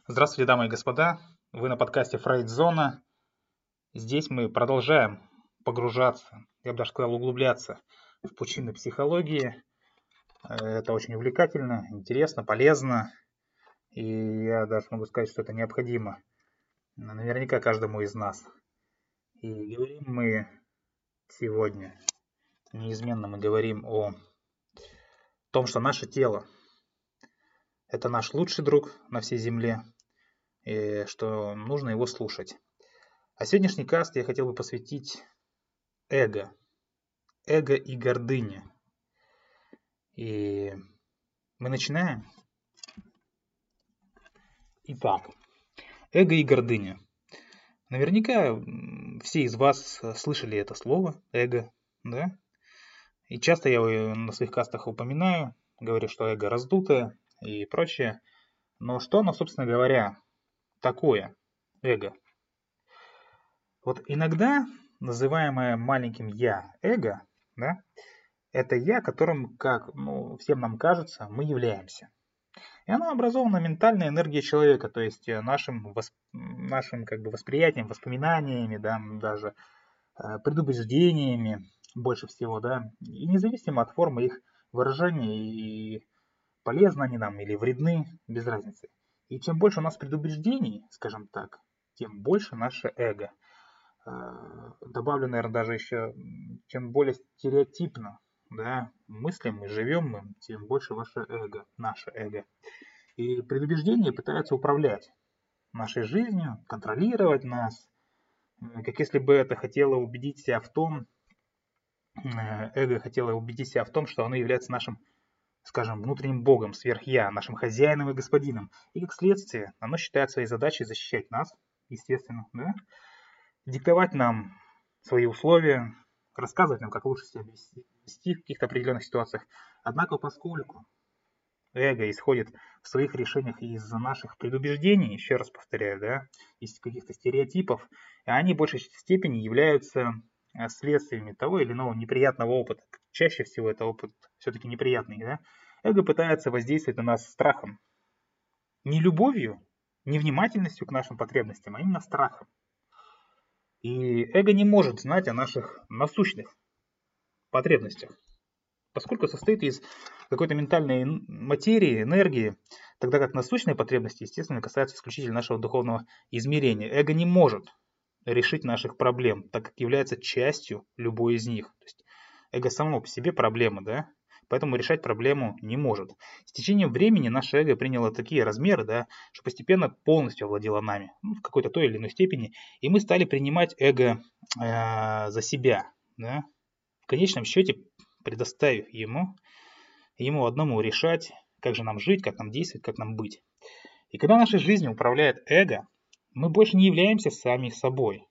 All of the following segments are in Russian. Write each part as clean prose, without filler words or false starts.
Здравствуйте, дамы и господа. Вы на подкасте Фрейд-зона. Здесь мы продолжаем погружаться, я бы даже сказал, углубляться в пучины психологии. Это очень увлекательно, интересно, полезно. И я даже могу сказать, что это необходимо наверняка каждому из нас. И говорим мы сегодня, неизменно мы говорим о том, что наше тело – это наш лучший друг на всей земле, и что нужно его слушать. А сегодняшний каст я хотел бы посвятить эго. Эго и гордыня. И мы начинаем. Итак, эго и гордыня. Наверняка все из вас слышали это слово эго, да? И часто я его на своих кастах упоминаю, говорю, что эго раздутое и прочее. Но что оно, собственно говоря, такое эго? Вот иногда называемое маленьким я эго, да, это я, которым, как всем нам кажется, мы являемся. И оно образовано ментальной энергией человека, то есть нашим как бы восприятием, воспоминаниями, да, даже предубеждениями больше всего, да, и независимо от формы их выражения, и полезны они нам или вредны, без разницы. И чем больше у нас предубеждений, скажем так, тем больше наше эго. Добавлю, наверное, даже еще, чем более стереотипно, да, мыслим и живем мы, тем больше ваше эго, наше эго. И предубеждения пытаются управлять нашей жизнью, контролировать нас, как если бы это хотело убедить себя в том, эго хотело убедить себя в том, что оно является нашим, скажем, внутренним богом, сверх-я, нашим хозяином и господином. И как следствие, оно считает своей задачей защищать нас, естественно, да? Диктовать нам свои условия, рассказывать нам, как лучше себя вести в каких-то определенных ситуациях. Однако, поскольку эго исходит в своих решениях из наших предубеждений, еще раз повторяю, да, из каких-то стереотипов, и они в большей степени являются следствиями того или иного неприятного опыта. Чаще всего это опыт все-таки неприятный, да. Эго пытается воздействовать на нас страхом. Не любовью, не внимательностью к нашим потребностям, а именно страхом. И эго не может знать о наших насущных потребностях, поскольку состоит из какой-то ментальной материи, энергии, тогда как насущные потребности, естественно, касаются исключительно нашего духовного измерения. Эго не может решить наших проблем, так как является частью любой из них. То есть эго само по себе проблема, да? Поэтому решать проблему не может. С течением времени наше эго приняло такие размеры, да, что постепенно полностью овладело нами, в какой-то той или иной степени, и мы стали принимать эго за себя, да? В конечном счете, предоставив ему одному решать, как же нам жить, как нам действовать, как нам быть. И когда нашей жизнью управляет эго, мы больше не являемся сами собой.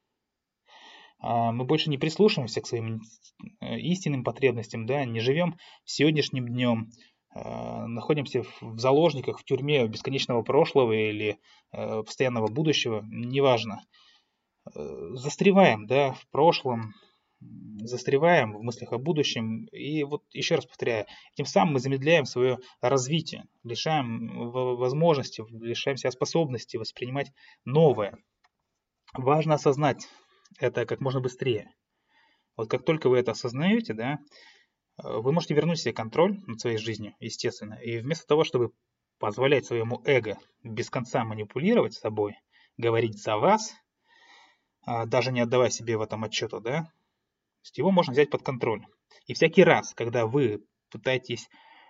Мы больше не прислушиваемся к своим истинным потребностям, да, не живем сегодняшним днем, находимся в заложниках, в тюрьме бесконечного прошлого или постоянного будущего, неважно. Застреваем, да, в прошлом, застреваем в мыслях о будущем. И вот еще раз повторяю, тем самым мы замедляем свое развитие, лишаем возможности, лишаем себя способности воспринимать новое. Важно осознать это как можно быстрее. Вот как только вы это осознаете, да, вы можете вернуть себе контроль над своей жизнью, естественно. И вместо того, чтобы позволять своему эго без конца манипулировать собой, говорить за вас, даже не отдавая себе в этом отчета, да, то есть его можно взять под контроль. И всякий раз, когда вы пытаетесь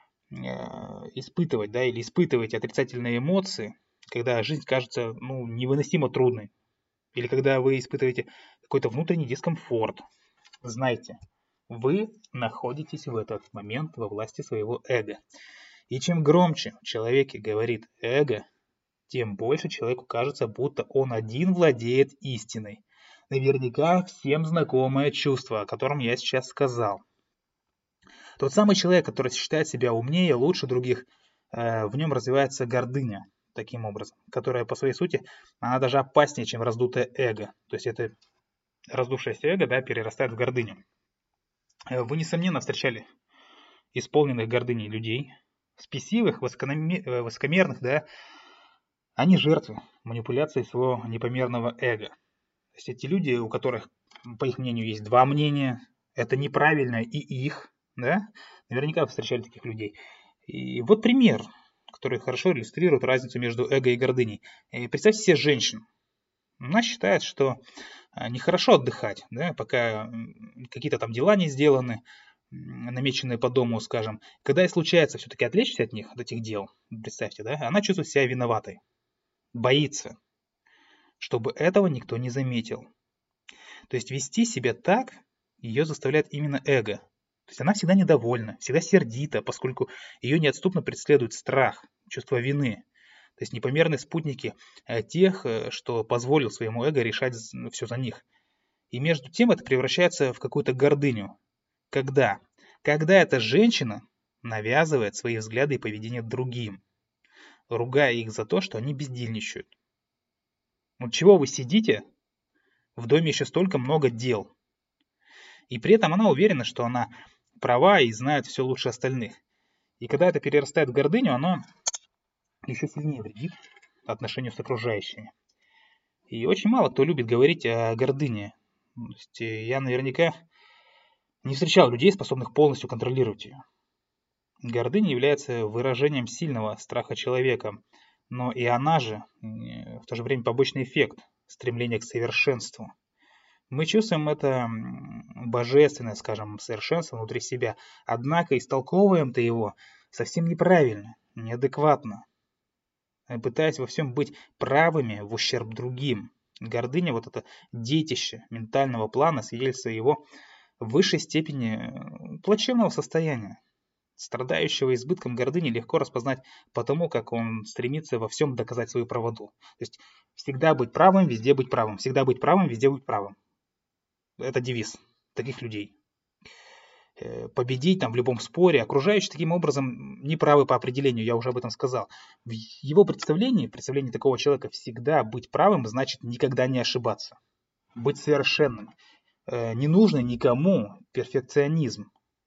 испытывать, да, или испытываете отрицательные эмоции, когда жизнь кажется, невыносимо трудной, или когда вы испытываете какой-то внутренний дискомфорт, знайте, вы находитесь в этот момент во власти своего эго. И чем громче в человеке говорит эго, тем больше человеку кажется, будто он один владеет истиной. Наверняка всем знакомое чувство, о котором я сейчас сказал. Тот самый человек, который считает себя умнее, лучше других, в нем развивается гордыня, таким образом, которая по своей сути, она даже опаснее, чем раздутое эго. То есть это раздувшееся эго, да, перерастает в гордыню. Вы, несомненно, встречали исполненных гордыней людей, спесивых, высокомерных, да, они жертвы манипуляции своего непомерного эго. То есть эти люди, у которых, по их мнению, есть два мнения, это неправильно и их, да? Наверняка вы встречали таких людей. И вот пример, который хорошо иллюстрирует разницу между эго и гордыней. Представьте себе женщину. Она считает, что нехорошо отдыхать, да, пока какие-то там дела не сделаны, намеченные по дому, скажем. Когда и случается все-таки отвлечься от них, от этих дел, представьте, да, она чувствует себя виноватой, боится, чтобы этого никто не заметил. То есть вести себя так ее заставляет именно эго. То есть она всегда недовольна, всегда сердита, поскольку ее неотступно преследует страх, чувство вины. То есть непомерные спутники тех, что позволил своему эго решать все за них. И между тем это превращается в какую-то гордыню. Когда? Когда эта женщина навязывает свои взгляды и поведение другим, ругая их за то, что они бездельничают. Вот чего вы сидите, в доме еще столько много дел. И при этом она уверена, что она права и знает все лучше остальных. И когда это перерастает в гордыню, оно еще сильнее вредит отношению с окружающими. И очень мало кто любит говорить о гордыне. То есть я наверняка не встречал людей, способных полностью контролировать ее. Гордыня является выражением сильного страха человека, но и она же в то же время побочный эффект стремления к совершенству. Мы чувствуем это божественное, скажем, совершенство внутри себя, однако истолковываем-то его совсем неправильно, неадекватно, пытаясь во всем быть правыми в ущерб другим. Гордыня, вот это детище ментального плана, свидетельство его в высшей степени плачевного состояния. Страдающего избытком гордыни легко распознать по тому, как он стремится во всем доказать свою правоту. То есть всегда быть правым, везде быть правым. Всегда быть правым, везде быть правым. Это девиз таких людей. Победить там в любом споре. Окружающие таким образом неправы по определению, я уже об этом сказал. В его представлении такого человека, всегда быть правым значит никогда не ошибаться. Быть совершенным. Не нужно никому перфекционизм.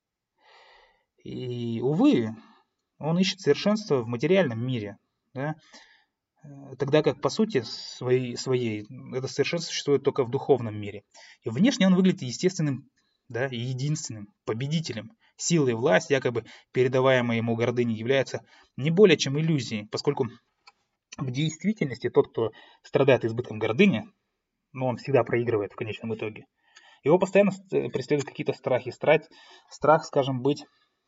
И, увы, он ищет совершенство в материальном мире. Да? Тогда как по сути своей это совершенство существует только в духовном мире. И внешне он выглядит естественным, да, и единственным победителем. Сила и власть, якобы передаваемая ему гордыней, являются не более чем иллюзией, поскольку в действительности тот, кто страдает избытком гордыни, он всегда проигрывает в конечном итоге. Его постоянно преследуют какие-то страхи. Страх, скажем, быть,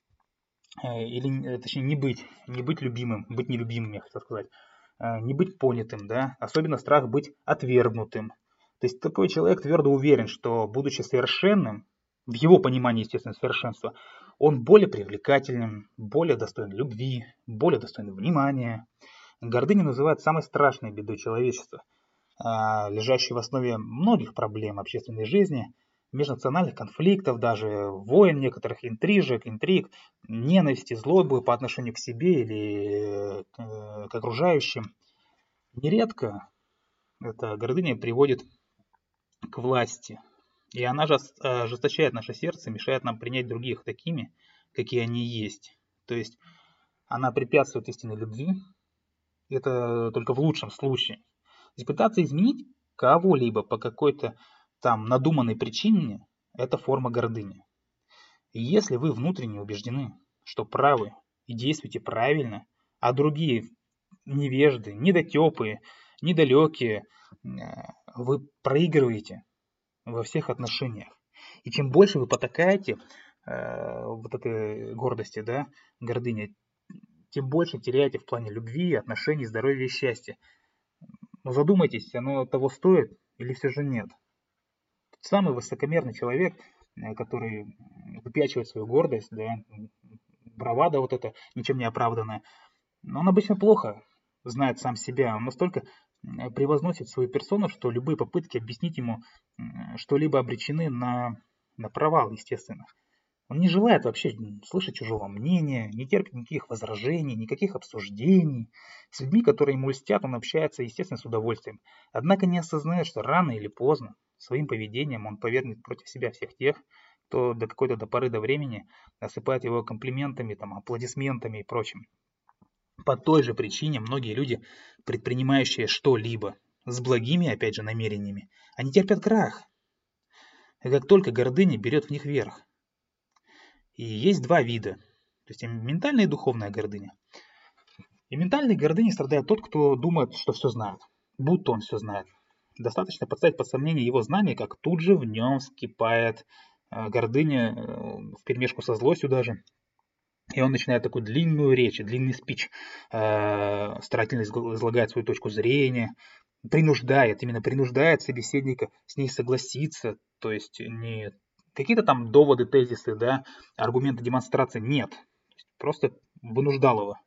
или точнее не быть любимым, быть нелюбимым, я хотел сказать. Не быть понятым, да, особенно страх быть отвергнутым. То есть такой человек твердо уверен, что, будучи совершенным, в его понимании, естественно, совершенства, он более привлекательным, более достоин любви, более достоин внимания. Гордыня называют самой страшной бедой человечества, лежащей в основе многих проблем общественной жизни, межнациональных конфликтов, даже войн некоторых, интриг, ненависти, злобы по отношению к себе или к окружающим. Нередко эта гордыня приводит к власти, и она же ожесточает наше сердце, мешает нам принять других такими, какие они есть. То есть она препятствует истинной любви, это только в лучшем случае. То есть пытаться изменить кого-либо по какой-то там надуманной причине – это форма гордыни. И если вы внутренне убеждены, что правы и действуете правильно, а другие невежды, недотепы, недалекие, вы проигрываете во всех отношениях. И чем больше вы потакаете вот этой гордости, да, гордыни, тем больше теряете в плане любви, отношений, здоровья и счастья. Но задумайтесь, оно того стоит или все же нет. Самый высокомерный человек, который выпячивает свою гордость, да, бравада вот эта, ничем не оправданная, но он обычно плохо знает сам себя. Он настолько превозносит свою персону, что любые попытки объяснить ему что-либо обречены на провал, естественно. Он не желает вообще слышать чужого мнения, не терпит никаких возражений, никаких обсуждений. С людьми, которые ему льстят, он общается, естественно, с удовольствием. Однако не осознает, что рано или поздно своим поведением он повергнет против себя всех тех, кто до какой-то поры до времени осыпает его комплиментами, там, аплодисментами и прочим. По той же причине многие люди, предпринимающие что-либо с благими, опять же, намерениями, они терпят крах, как только гордыня берет в них верх. И есть два вида, то есть ментальная и духовная гордыня. И ментальной гордыней страдает тот, кто думает, что все знает, будто он все знает. Достаточно поставить под сомнение его знания, как тут же в нем вскипает гордыня вперемешку со злостью даже. И он начинает такую длинную речь, длинный спич, старательно излагает свою точку зрения, именно принуждает собеседника с ней согласиться, то есть не какие-то там доводы, тезисы, да, аргументы, демонстрации, нет, просто вынуждал его.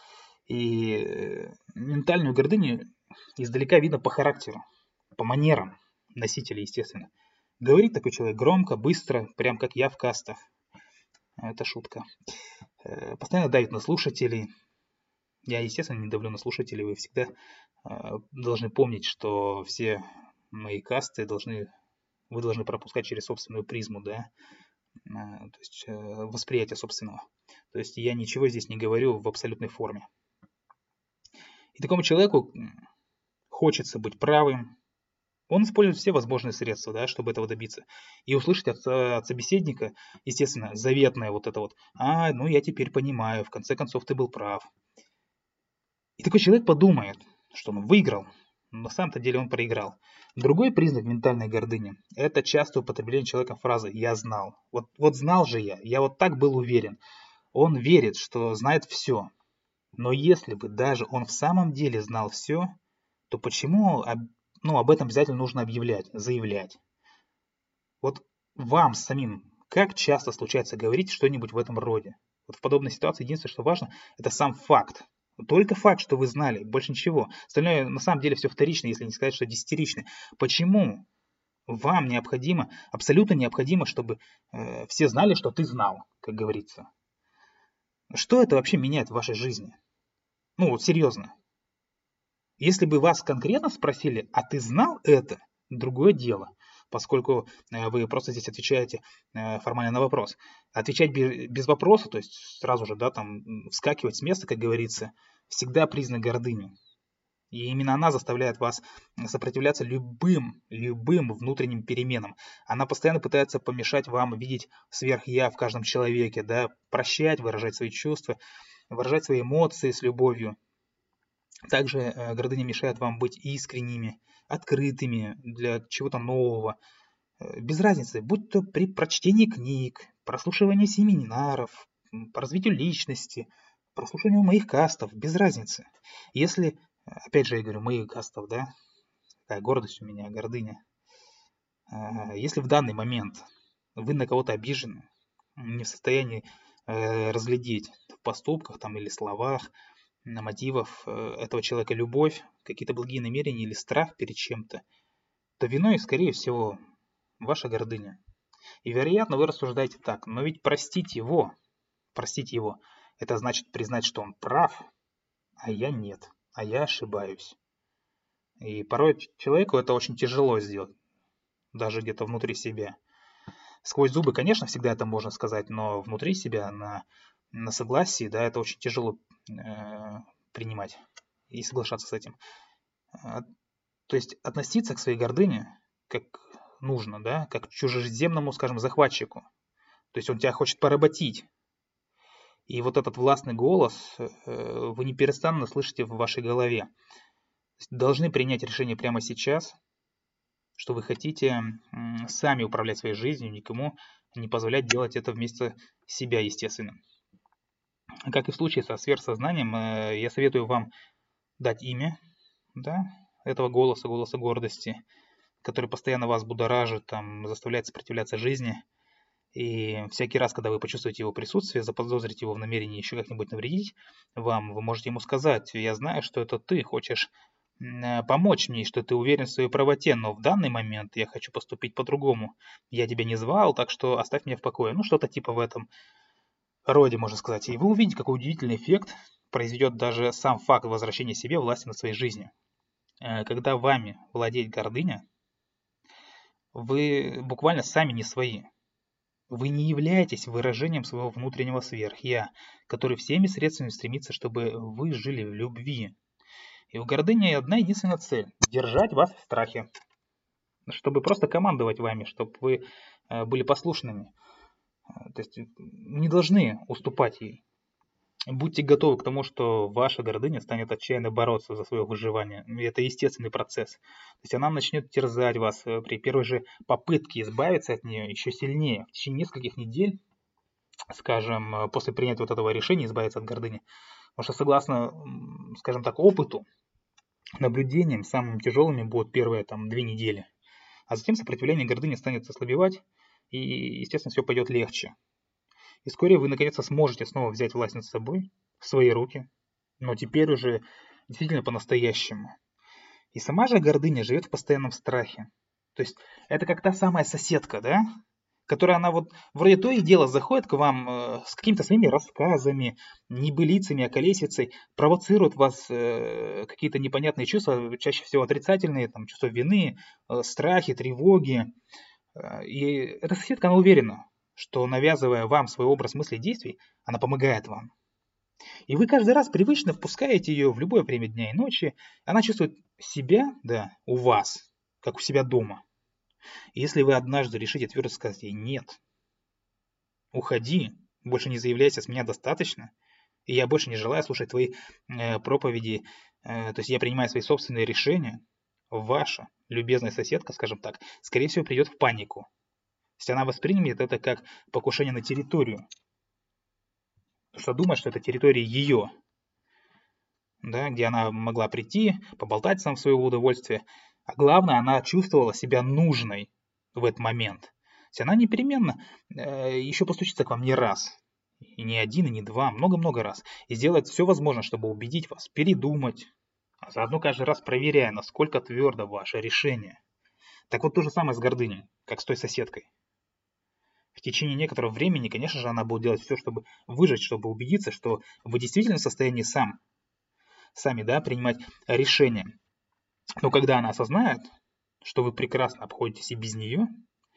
И ментальную гордыню издалека видно по характеру, по манерам носителя, естественно. Говорит такой человек громко, быстро, прям как я в кастах. Это шутка. Постоянно давит на слушателей. Я, естественно, не давлю на слушателей. Вы всегда должны помнить, что все мои касты вы должны пропускать через собственную призму, да, то есть восприятие собственного. То есть я ничего здесь не говорю в абсолютной форме. И такому человеку хочется быть правым. Он использует все возможные средства, да, чтобы этого добиться. И услышать от собеседника, естественно, заветное вот это вот: ну я теперь понимаю, в конце концов ты был прав. И такой человек подумает, что он выиграл, но на самом-то деле он проиграл. Другой признак ментальной гордыни – это частое употребление человеком фразы «я знал». Вот знал же я вот так был уверен. Он верит, что знает все. Но если бы даже он в самом деле знал все, то почему об этом обязательно нужно объявлять, заявлять? Вот вам самим как часто случается говорить что-нибудь в этом роде? Вот в подобной ситуации единственное, что важно, это сам факт. Только факт, что вы знали, больше ничего. Остальное на самом деле все вторично, если не сказать, что десятирично. Почему вам необходимо, абсолютно необходимо, чтобы все знали, что ты знал, как говорится? Что это вообще меняет в вашей жизни? Ну вот серьезно. Если бы вас конкретно спросили, а ты знал это, другое дело, поскольку вы просто здесь отвечаете формально на вопрос. Отвечать без вопроса, то есть сразу же, да, там, вскакивать с места, как говорится, всегда признак гордыни. И именно она заставляет вас сопротивляться любым внутренним переменам. Она постоянно пытается помешать вам видеть сверх-я в каждом человеке, да, прощать, выражать свои чувства, выражать свои эмоции с любовью. Также гордыня мешает вам быть искренними, открытыми для чего-то нового. Без разницы, будь то при прочтении книг, прослушивании семинаров, по развитию личности, прослушиванию моих кастов, без разницы. Если, опять же я говорю, моих кастов, да, такая гордость у меня, гордыня. Если в данный момент вы на кого-то обижены, не в состоянии разглядеть в поступках там, или словах, на мотивов этого человека любовь, какие-то благие намерения или страх перед чем-то, то виной, скорее всего, ваша гордыня. И, вероятно, вы рассуждаете так: но ведь простить его, это значит признать, что он прав, а я нет, а я ошибаюсь. И порой человеку это очень тяжело сделать, даже где-то внутри себя. Сквозь зубы, конечно, всегда это можно сказать, но внутри себя, на согласии, да, это очень тяжело принимать и соглашаться с этим. То есть относиться к своей гордыне как нужно, да, как к чужеземному, скажем, захватчику. То есть он тебя хочет поработить. И вот этот властный голос вы неперестанно слышите в вашей голове. Должны принять решение прямо сейчас, что вы хотите сами управлять своей жизнью, никому не позволять делать это вместо себя, естественно. Как и в случае со сверхсознанием, я советую вам дать имя, да, этого голоса гордости, который постоянно вас будоражит, там, заставляет сопротивляться жизни. И всякий раз, когда вы почувствуете его присутствие, заподозрите его в намерении еще как-нибудь навредить вам, вы можете ему сказать: я знаю, что это ты хочешь помочь мне, что ты уверен в своей правоте, но в данный момент я хочу поступить по-другому. Я тебя не звал, так что оставь меня в покое. Ну, что-то типа в этом роде, можно сказать. И вы увидите, какой удивительный эффект произведет даже сам факт возвращения себе власти над своей жизнью. Когда вами владеет гордыня, вы буквально сами не свои. Вы не являетесь выражением своего внутреннего сверх-я, который всеми средствами стремится, чтобы вы жили в любви. И у гордыни одна единственная цель – держать вас в страхе, чтобы просто командовать вами, чтобы вы были послушными. То есть не должны уступать ей. Будьте готовы к тому, что ваша гордыня станет отчаянно бороться за свое выживание. И это естественный процесс. То есть она начнет терзать вас при первой же попытке избавиться от нее еще сильнее. В течение нескольких недель, скажем, после принятия вот этого решения избавиться от гордыни. Потому что согласно, скажем так, опыту, наблюдениям, самыми тяжелыми будут первые 2 недели. А затем сопротивление гордыни станет ослабевать, и, естественно, все пойдет легче. И вскоре вы наконец-то сможете снова взять власть над собой в свои руки, но теперь уже действительно по-настоящему. И сама же гордыня живет в постоянном страхе. То есть это как та самая соседка, да? Которая она вот вроде то и дело заходит к вам с какими-то своими рассказами, небылицами, околесицей, провоцирует вас какие-то непонятные чувства, чаще всего отрицательные, там, чувства вины, страхи, тревоги. И эта соседка, она уверена, что навязывая вам свой образ мыслей и действий, она помогает вам. И вы каждый раз привычно впускаете ее в любое время дня и ночи. Она чувствует себя, да, у вас, как у себя дома. И если вы однажды решите твердо сказать ей «нет», уходи, больше не заявляйся, с меня достаточно, и я больше не желаю слушать твои проповеди, то есть я принимаю свои собственные решения, ваша любезная соседка, скажем так, скорее всего придет в панику. То есть она воспримет это как покушение на территорию. Потому что думает, что это территория ее, да, где она могла прийти, поболтать сам в свое удовольствие. А главное, она чувствовала себя нужной в этот момент. То есть она непременно еще постучится к вам не раз. И не один, и не два, много-много раз. И сделает все возможное, чтобы убедить вас, передумать. А заодно каждый раз проверяя, насколько твердо ваше решение. Так вот то же самое с гордыней, как с той соседкой. В течение некоторого времени, конечно же, она будет делать все, чтобы выжить, чтобы убедиться, что вы действительно в состоянии сами, да, принимать решения. Но когда она осознает, что вы прекрасно обходитесь и без нее,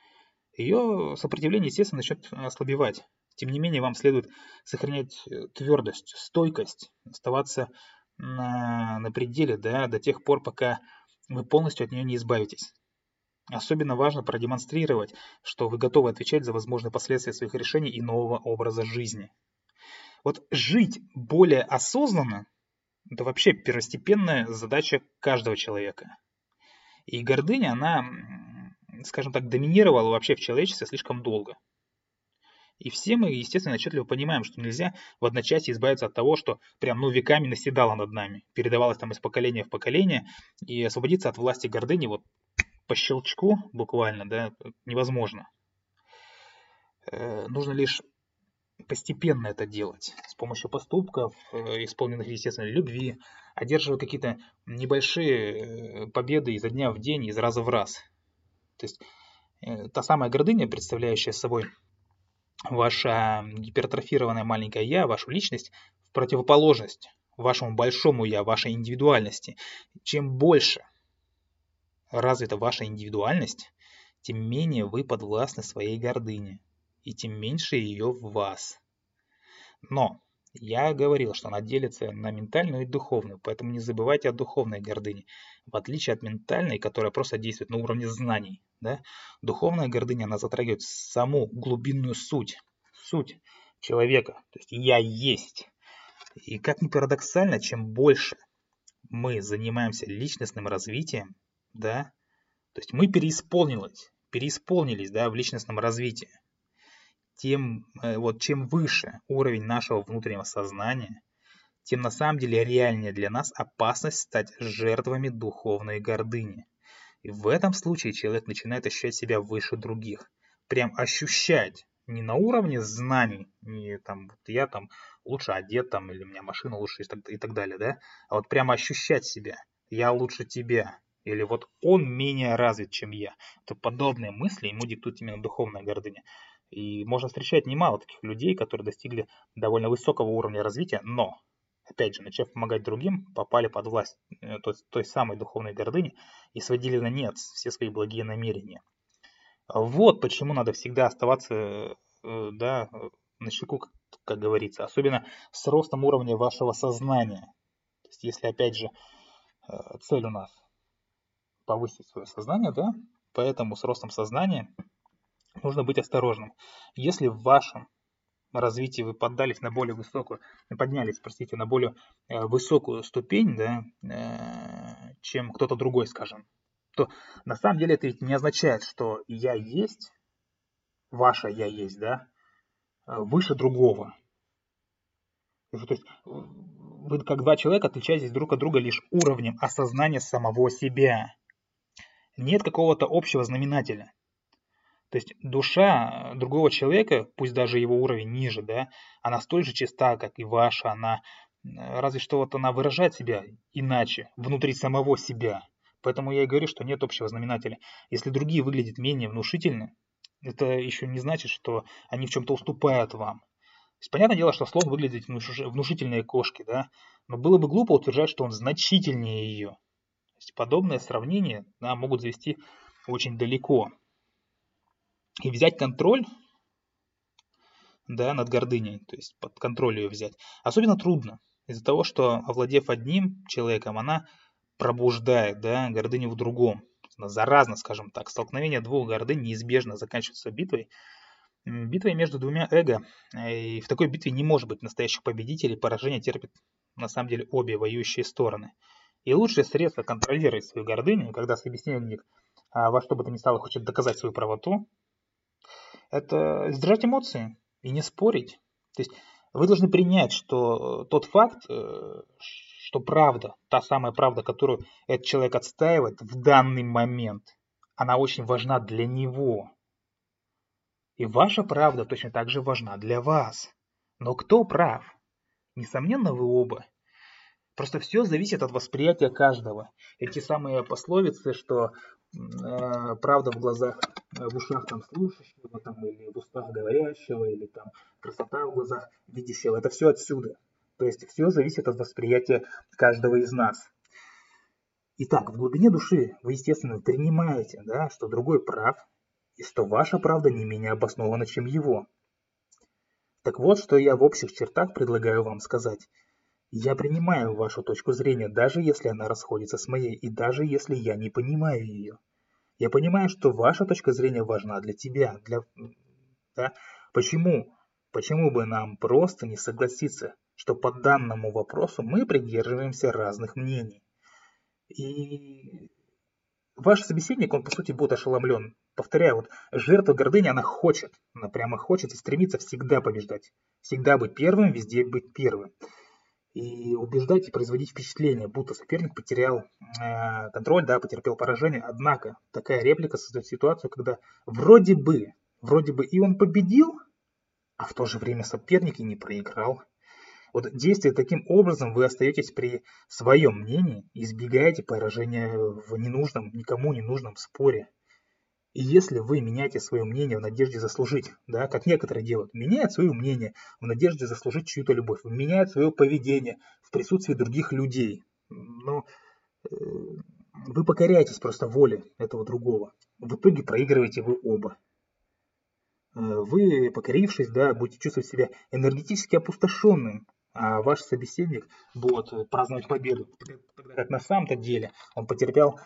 ее сопротивление, естественно, начнет ослабевать. Тем не менее, вам следует сохранять твердость, стойкость, оставаться на пределе, да, до тех пор, пока вы полностью от нее не избавитесь. Особенно важно продемонстрировать, что вы готовы отвечать за возможные последствия своих решений и нового образа жизни. Вот жить более осознанно – это вообще первостепенная задача каждого человека. И гордыня, она, скажем так, доминировала вообще в человечестве слишком долго. И все мы, естественно, отчетливо понимаем, что нельзя в одночасье избавиться от того, что прям веками наседало над нами, передавалось там из поколения в поколение, и освободиться от власти гордыни вот по щелчку буквально, да, невозможно. Нужно лишь постепенно это делать, с помощью поступков, исполненных, естественно, любви, одерживая какие-то небольшие победы изо дня в день, из раза в раз. То есть та самая гордыня, представляющая собой ваша гипертрофированная маленькая я, вашу личность, в противоположность вашему большому я, вашей индивидуальности. Чем больше развита ваша индивидуальность, тем менее вы подвластны своей гордыне, и тем меньше ее в вас. Но я говорил, что она делится на ментальную и духовную, поэтому не забывайте о духовной гордыне. В отличие от ментальной, которая просто действует на уровне знаний, да, духовная гордыня, она затрагивает саму глубинную суть человека, то есть «я есть». И как ни парадоксально, чем больше мы занимаемся личностным развитием, да, то есть мы переисполнились, да, в личностном развитии, тем чем выше уровень нашего внутреннего сознания, тем на самом деле реальнее для нас опасность стать жертвами духовной гордыни. И в этом случае человек начинает ощущать себя выше других. Прям ощущать. Не на уровне знаний, не там, вот я там лучше одет, там, или у меня машина лучше и так далее, да? А вот прямо ощущать себя. Я лучше тебя. Или вот он менее развит, чем я. То подобные мысли ему диктует именно духовная гордыня. И можно встречать немало таких людей, которые достигли довольно высокого уровня развития, но, опять же, начав помогать другим, попали под власть той самой духовной гордыни и сводили на нет все свои благие намерения. Вот почему надо всегда оставаться, да, на чеку, как говорится, особенно с ростом уровня вашего сознания. То есть, если, опять же, цель у нас повысить свое сознание, да, поэтому с ростом сознания нужно быть осторожным. Если в вашем развитии вы поднялись на более высокую ступень, да, чем кто-то другой, скажем, то на самом деле это ведь не означает, что я есть, ваше я есть, да, выше другого. То есть вы как два человека отличаетесь друг от друга лишь уровнем осознания самого себя. Нет какого-то общего знаменателя. То есть душа другого человека, пусть даже его уровень ниже, да, она столь же чиста, как и ваша, она разве что вот она выражает себя иначе, внутри самого себя. Поэтому я и говорю, что нет общего знаменателя. Если другие выглядят менее внушительны, это еще не значит, что они в чем-то уступают вам. То есть, понятное дело, что слон выглядит внушительнее кошки, да, но было бы глупо утверждать, что он значительнее ее. То есть подобное сравнение, да, могут завести очень далеко. И взять контроль, да, над гордыней, то есть под контроль ее взять, особенно трудно. Из-за того, что, овладев одним человеком, она пробуждает, да, гордыню в другом. Она заразна, скажем так. Столкновение двух гордынь неизбежно заканчивается битвой. Битвой между двумя эго. И в такой битве не может быть настоящих победителей. Поражение терпят на самом деле обе воюющие стороны. И лучшее средство контролировать свою гордыню, когда собеседник во что бы то ни стало хочет доказать свою правоту, это сдержать эмоции и не спорить. То есть вы должны принять, что тот факт, что правда, та самая правда, которую этот человек отстаивает в данный момент, она очень важна для него. И ваша правда точно так же важна для вас. Но кто прав? Несомненно, вы оба. Просто все зависит от восприятия каждого. Эти самые пословицы, что правда в глазах, в ушах там слушающего, там, или в устах говорящего, или там красота в глазах видящего, это все отсюда. То есть все зависит от восприятия каждого из нас. Итак, в глубине души вы, естественно, принимаете, да, что другой прав, и что ваша правда не менее обоснована, чем его. Так вот, что я в общих чертах предлагаю вам сказать. Я принимаю вашу точку зрения, даже если она расходится с моей, и даже если я не понимаю ее. Я понимаю, что ваша точка зрения важна для тебя. Да? Почему? Почему бы нам просто не согласиться, что по данному вопросу мы придерживаемся разных мнений? И ваш собеседник, он по сути будет ошеломлен. Повторяю, вот жертва гордыни, она прямо хочет и стремится всегда побеждать. Всегда быть первым, везде быть первым. И убеждать и производить впечатление, будто соперник потерял контроль, да, потерпел поражение. Однако такая реплика создает ситуацию, когда вроде бы и он победил, а в то же время соперник и не проиграл. Вот действуя таким образом, вы остаетесь при своем мнении и избегаете поражения в ненужном, никому не нужном споре. И если вы меняете свое мнение в надежде заслужить, да, как некоторые делают, меняют свое мнение в надежде заслужить чью-то любовь, меняют свое поведение в присутствии других людей, но вы покоряетесь просто воле этого другого. В итоге проигрываете вы оба. Вы, покорившись, да, будете чувствовать себя энергетически опустошенным, а ваш собеседник будет праздновать победу, тогда как на самом-то деле он потерпел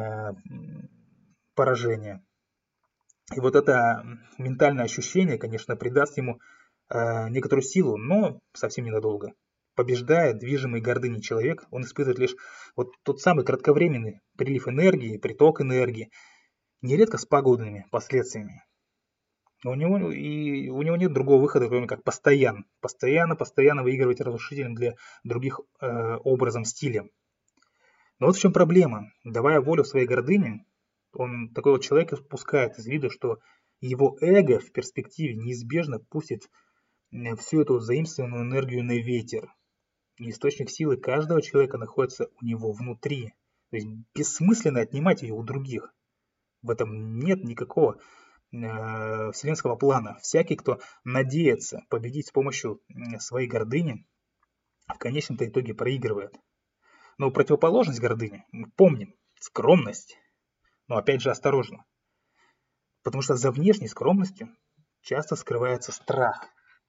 поражение. И вот это ментальное ощущение, конечно, придаст ему некоторую силу, но совсем ненадолго. Побеждая движимый гордыней человек, он испытывает лишь вот тот самый кратковременный прилив энергии, приток энергии, нередко с пагубными последствиями. Но у него нет другого выхода, кроме как постоянно выигрывать разрушительным для других образом, стилем. Но вот в чем проблема. Давая волю своей гордыне, такой вот человек упускает из виду, что его эго в перспективе неизбежно пустит всю эту заимствованную энергию на ветер. И источник силы каждого человека находится у него внутри. То есть бессмысленно отнимать ее у других. В этом нет никакого вселенского плана. Всякий, кто надеется победить с помощью своей гордыни, в конечном-то итоге проигрывает. Но противоположность гордыни, мы помним, скромность. Но опять же осторожно. Потому что за внешней скромностью часто скрывается страх.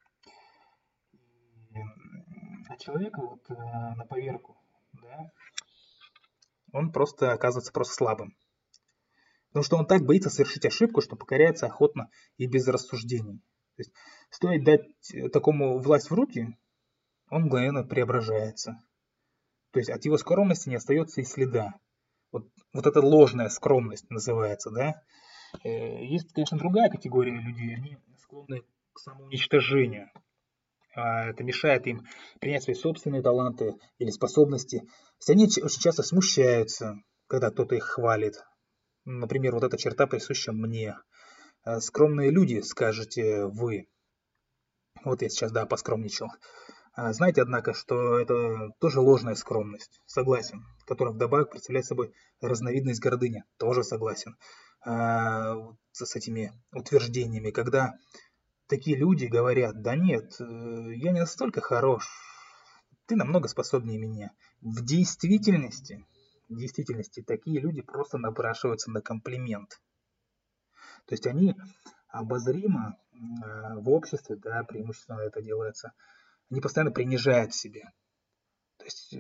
А человек вот на поверку, да, он просто оказывается просто слабым. Потому что он так боится совершить ошибку, что покоряется охотно и без рассуждений. То есть стоит дать такому власть в руки, он мгновенно преображается. То есть от его скромности не остается и следа. Вот эта ложная скромность называется, да. Есть, конечно, другая категория людей, они склонны к самоуничтожению. Это мешает им принять свои собственные таланты или способности. То есть они очень часто смущаются, когда кто-то их хвалит. Например, вот эта черта присуща мне. Скромные люди, скажете вы. Вот я сейчас, да, поскромничал. Знаете, однако, что это тоже ложная скромность, согласен, которая вдобавок представляет собой разновидность гордыни, тоже согласен. С этими утверждениями, когда такие люди говорят, да нет, я не настолько хорош, ты намного способнее меня. В действительности такие люди просто напрашиваются на комплимент. То есть они обозримо в обществе, да, преимущественно это делается, они постоянно принижают себя. То есть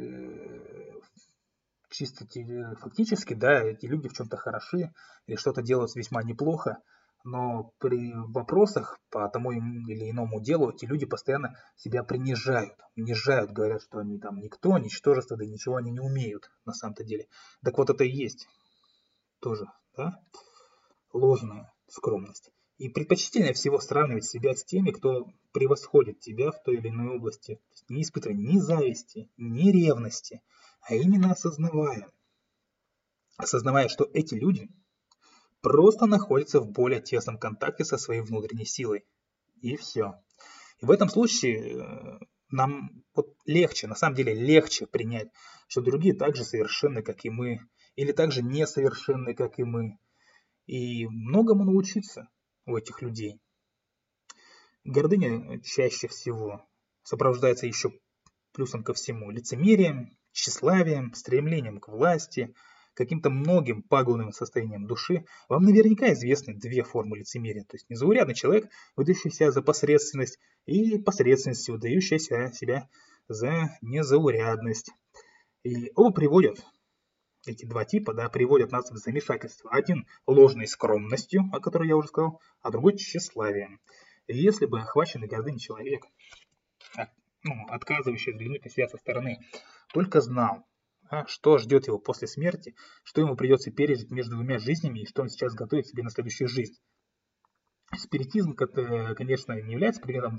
чисто фактически, да, эти люди в чем-то хороши или что-то делают весьма неплохо, но при вопросах по тому или иному делу эти люди постоянно себя унижают, говорят, что они там никто, ничтожество, да и ничего они не умеют на самом-то деле. Так вот это и есть тоже, да, ложная скромность. И предпочтительнее всего сравнивать себя с теми, кто превосходит тебя в той или иной области. Не испытывая ни зависти, ни ревности, а именно осознавая, что эти люди просто находятся в более тесном контакте со своей внутренней силой. И все. И в этом случае нам вот легче, на самом деле легче принять, что другие так же совершенны, как и мы, или так же несовершенны, как и мы. И многому научиться у этих людей. Гордыня чаще всего сопровождается еще плюсом ко всему лицемерием, тщеславием, стремлением к власти, каким-то многим пагубным состоянием души. Вам наверняка известны две формы лицемерия. То есть незаурядный человек, выдающий себя за посредственность, и посредственность, выдающая себя за незаурядность. И оба приводят, эти два типа, да, приводят нас в замешательство. Один ложной скромностью, о которой я уже сказал, а другой тщеславием. И если бы охваченный гордыней человек, отказывающий взглянуть на себя со стороны, только знал, что ждет его после смерти, что ему придется пережить между двумя жизнями и что он сейчас готовит себе на следующую жизнь. Спиритизм, конечно, не является предметом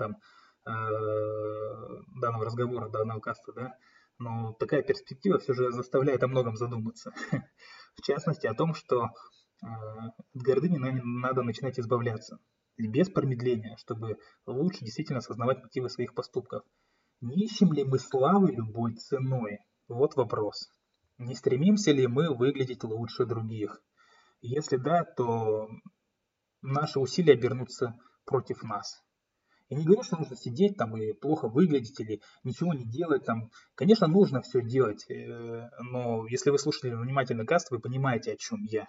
данного разговора, данного каста, да, но такая перспектива все же заставляет о многом задуматься. В частности, о том, что от гордыни надо начинать избавляться. Без промедления, чтобы лучше действительно осознавать мотивы своих поступков. Не ищем ли мы славы любой ценой? Вот вопрос. Не стремимся ли мы выглядеть лучше других? Если да, то наши усилия обернутся против нас. Я не говорю, что нужно сидеть там и плохо выглядеть или ничего не делать там. Конечно, нужно все делать, но если вы слушали внимательно каст, вы понимаете, о чем я.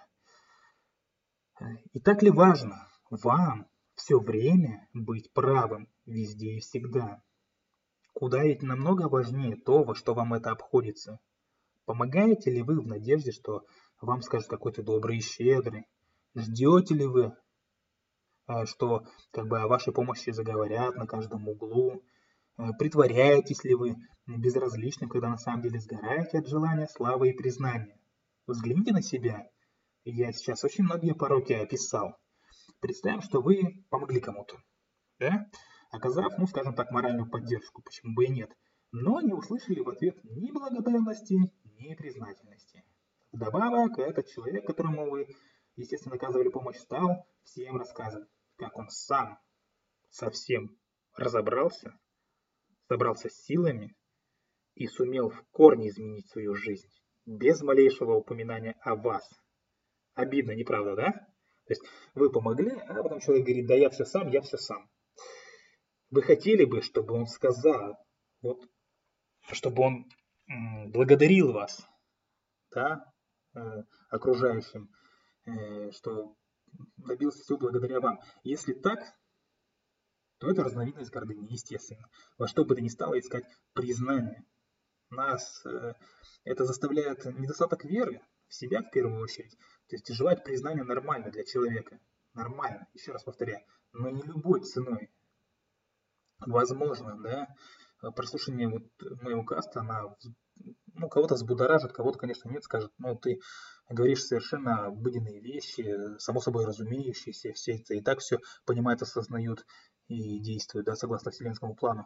И так ли важно вам все время быть правым везде и всегда? Куда ведь намного важнее то, во что вам это обходится. Помогаете ли вы в надежде, что вам скажут какой-то добрый и щедрый? Ждете ли вы, что как бы о вашей помощи заговорят на каждом углу? Притворяетесь ли вы безразличным, когда на самом деле сгораете от желания славы и признания? Взгляните на себя. Я сейчас очень многие пороки описал. Представим, что вы помогли кому-то, да? Оказав, скажем так, моральную поддержку, почему бы и нет. Но не услышали в ответ ни благодарности, ни признательности. Вдобавок, этот человек, которому вы, естественно, оказывали помощь, стал всем рассказывать, как он сам совсем разобрался, собрался с силами и сумел в корне изменить свою жизнь, без малейшего упоминания о вас. Обидно, не правда, да? То есть вы помогли, а потом человек говорит, да я все сам, я все сам. Вы хотели бы, чтобы он сказал, вот, чтобы он благодарил вас, да, окружающим, что добился всего благодаря вам. Если так, то это разновидность гордыни, естественно. Во что бы то ни стало искать признание. Нас это заставляет недостаток веры в себя в первую очередь. То есть желать признания нормально для человека. Нормально, еще раз повторяю, но не любой ценой. Возможно, да, прослушивание вот моего каста, она кого-то взбудоражит, кого-то, конечно, нет, скажет, ты говоришь совершенно обыденные вещи, само собой разумеющиеся, все это и так все понимают, осознают и действуют, да, согласно вселенскому плану.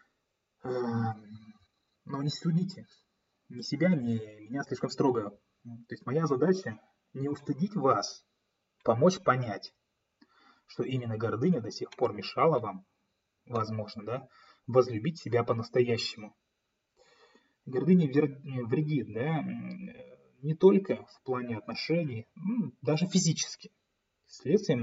Но не судите ни себя, ни меня слишком строго. То есть моя задача не устыдить вас, помочь понять, что именно гордыня до сих пор мешала вам, возможно, да, возлюбить себя по-настоящему. Гордыня вредит, да, не только в плане отношений, даже физически. Следствием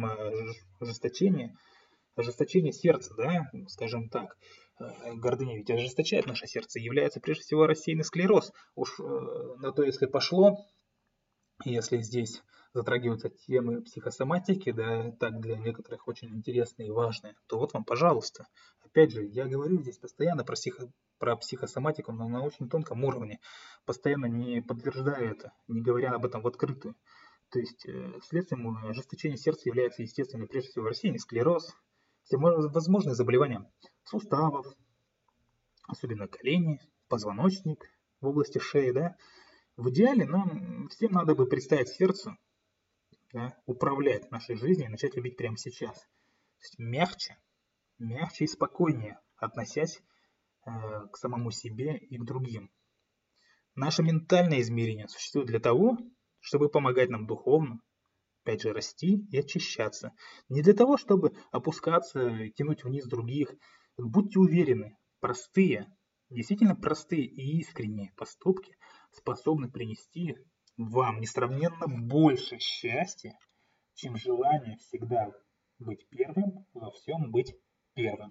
ожесточения сердца, да, скажем так. Гордыня ведь ожесточает наше сердце, является прежде всего рассеянный склероз. Уж на то, если пошло, если здесь затрагиваются темы психосоматики, да, так для некоторых очень интересные и важные, то вот вам, пожалуйста. Опять же, я говорю здесь постоянно про психосоматику, но на очень тонком уровне, постоянно не подтверждая это, не говоря об этом в открытую. То есть следствием ожесточения сердца является, естественно, прежде всего рассеянный склероз, все возможные заболевания суставов, особенно колени, позвоночник в области шеи, да. В идеале нам всем надо бы представить сердцу, да, управлять нашей жизнью и начать любить прямо сейчас. То есть мягче и спокойнее относясь к самому себе и к другим. Наше ментальное измерение существует для того, чтобы помогать нам духовно, опять же, расти и очищаться. Не для того, чтобы опускаться и тянуть вниз других. Будьте уверены, действительно простые и искренние поступки способны принести вам несравненно больше счастья, чем желание всегда быть первым, во всем быть первым.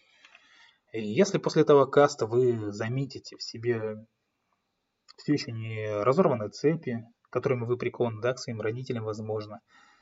И если после этого каста вы заметите в себе все еще не разорванные цепи, которыми вы прикованы, да, к своим родителям, возможно,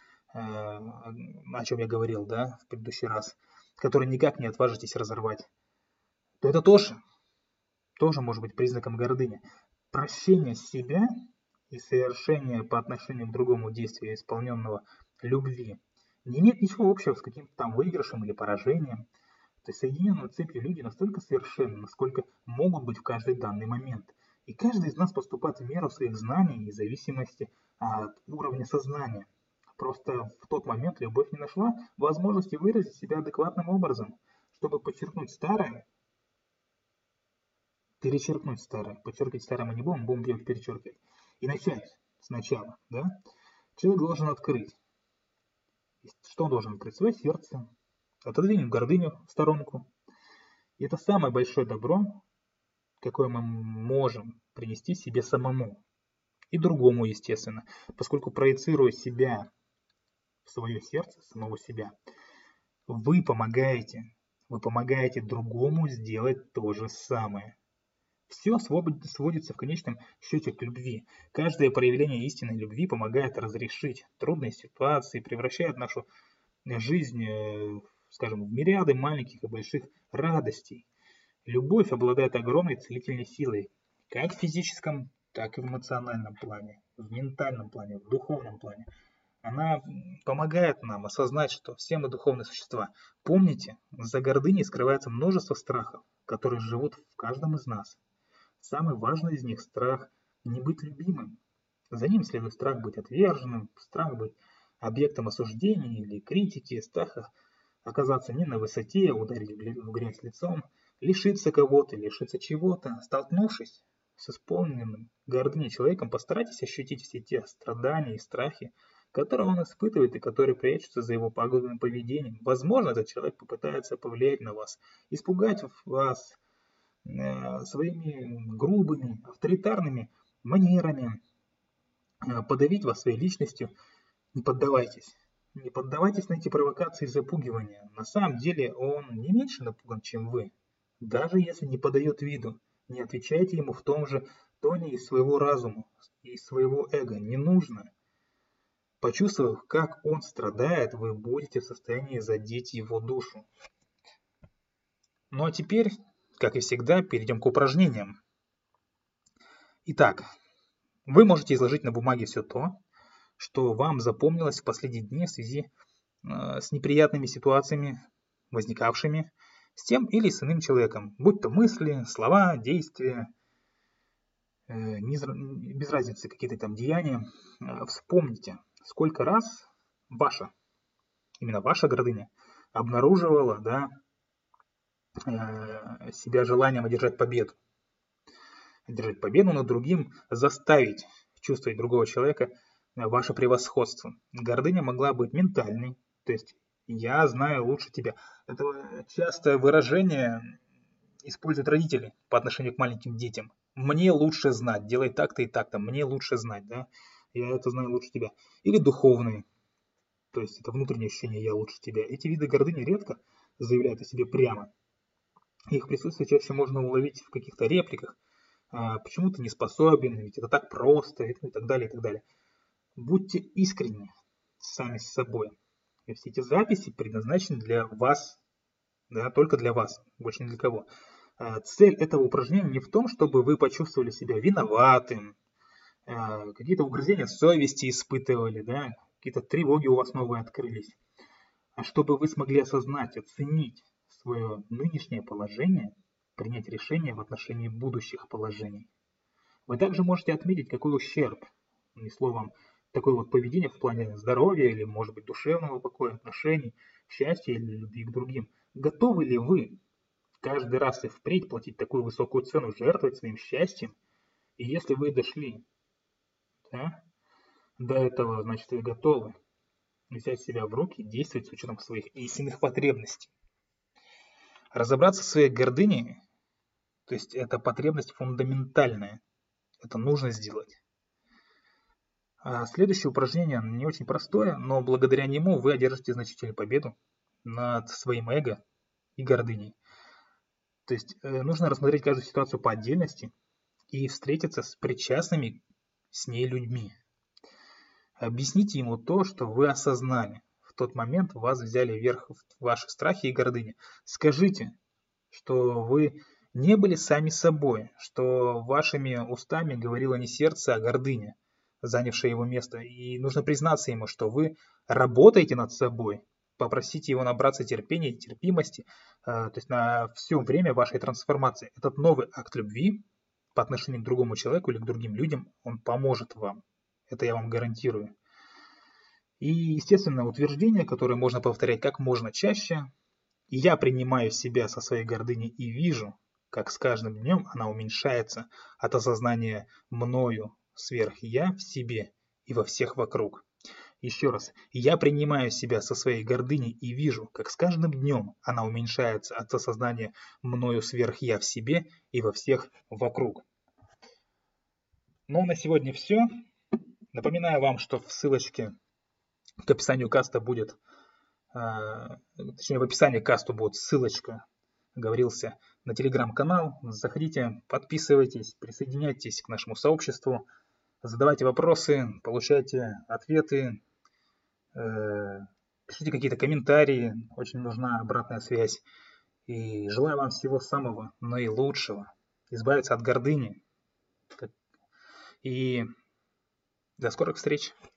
о чем я говорил, да, в предыдущий раз, которые никак не отважитесь разорвать, то это тоже может быть признаком гордыни. Прощение себя и совершение по отношению к другому действия, исполненного любви, не имеет ничего общего с каким-то там выигрышем или поражением. То есть соединенные цепью люди настолько совершенны, насколько могут быть в каждый данный момент. И каждый из нас поступает в меру своих знаний и зависимости от уровня сознания. Просто в тот момент любовь не нашла возможности выразить себя адекватным образом, чтобы подчеркнуть старое, перечеркнуть старое. Подчеркивать старое мы не будем перечеркивать. И начать сначала, да? Человек должен открыть. Что он должен открыть? Свое сердце. Отодвинуть гордыню в сторонку. И это самое большое добро, какое мы можем принести себе самому. И другому, естественно. Поскольку проецируя себя в свое сердце, самого себя, вы помогаете другому сделать то же самое. Все сводится в конечном счете к любви. Каждое проявление истинной любви помогает разрешить трудные ситуации, превращает нашу жизнь, скажем, в мириады маленьких и больших радостей. Любовь обладает огромной целительной силой, как в физическом, так и в эмоциональном плане, в ментальном плане, в духовном плане. Она помогает нам осознать, что все мы духовные существа. Помните, за гордыней скрывается множество страхов, которые живут в каждом из нас. Самый важный из них – страх не быть любимым. За ним следует страх быть отверженным, страх быть объектом осуждения или критики, страх оказаться не на высоте, ударить в грязь лицом, лишиться кого-то, лишиться чего-то. Столкнувшись с исполненным гордыней человеком, постарайтесь ощутить все те страдания и страхи, которые он испытывает и которые прячутся за его пагубным поведением. Возможно, этот человек попытается повлиять на вас, испугать вас своими грубыми, авторитарными манерами, подавить вас своей личностью. Не поддавайтесь. Не поддавайтесь на эти провокации и запугивания. На самом деле он не меньше напуган, чем вы. Даже если не подает виду, не отвечайте ему в том же тоне из своего разума, из своего эго. Не нужно. Почувствовав, как он страдает, вы будете в состоянии задеть его душу. Ну а теперь, как и всегда, перейдем к упражнениям. Итак, вы можете изложить на бумаге все то, что вам запомнилось в последние дни в связи с неприятными ситуациями, возникавшими с тем или с иным человеком, будь то мысли, слова, действия, без разницы, какие-то там деяния. Вспомните, сколько раз именно ваша гордыня обнаруживала, да, себя желанием одержать победу над другим, заставить чувствовать другого человека ваше превосходство. Гордыня могла быть ментальной, то есть я знаю лучше тебя. Это частое выражение используют родители по отношению к маленьким детям. Мне лучше знать, делай так-то и так-то, мне лучше знать, да, я это знаю лучше тебя. Или духовные, то есть это внутреннее ощущение «я лучше тебя». Эти виды гордыни редко заявляют о себе прямо. Их присутствие чаще можно уловить в каких-то репликах. Почему ты не способен, ведь это так просто, и так далее, и так далее. Будьте искренни сами с собой. И все эти записи предназначены для вас, да, только для вас, больше ни для кого. Цель этого упражнения не в том, чтобы вы почувствовали себя виноватым, какие-то угрызения совести испытывали, да, какие-то тревоги у вас новые открылись, а чтобы вы смогли осознать, оценить свое нынешнее положение, принять решение в отношении будущих положений. Вы также можете отметить, какой ущерб нанесло вам такое вот поведение в плане здоровья или, может быть, душевного покоя, отношений, счастья или любви к другим. Готовы ли вы каждый раз и впредь платить такую высокую цену, жертвовать своим счастьем? И если вы дошли, да, до этого, значит, вы готовы взять себя в руки, действовать с учетом своих истинных потребностей. Разобраться в своей гордыне, то есть это потребность фундаментальная, это нужно сделать. Следующее упражнение не очень простое, но благодаря нему вы одержите значительную победу над своим эго и гордыней. То есть нужно рассмотреть каждую ситуацию по отдельности и встретиться с причастными с ней людьми. Объясните ему то, что вы осознали. В тот момент вас взяли вверх ваши страхи и гордыни. Скажите, что вы не были сами собой, что вашими устами говорило не сердце, а гордыня, занявшая его место. И нужно признаться ему, что вы работаете над собой. Попросите его набраться терпения и терпимости, то есть на все время вашей трансформации. Этот новый акт любви по отношению к другому человеку или к другим людям, он поможет вам. Это я вам гарантирую. И, естественно, утверждение, которое можно повторять как можно чаще. И я принимаю себя со своей гордыней и вижу, как с каждым днем она уменьшается от осознания мною сверх я в себе и во всех вокруг. Еще раз, я принимаю себя со своей гордыней и вижу, как с каждым днем она уменьшается от осознания мною сверх я в себе и во всех вокруг. Ну, на сегодня все. Напоминаю вам, что в ссылочке к описанию каста будет, точнее в описании к касту будет ссылочка, говорился, на телеграм-канал. Заходите, подписывайтесь, присоединяйтесь к нашему сообществу, задавайте вопросы, получайте ответы, пишите какие-то комментарии, очень нужна обратная связь. И желаю вам всего самого наилучшего, избавиться от гордыни. И до скорых встреч!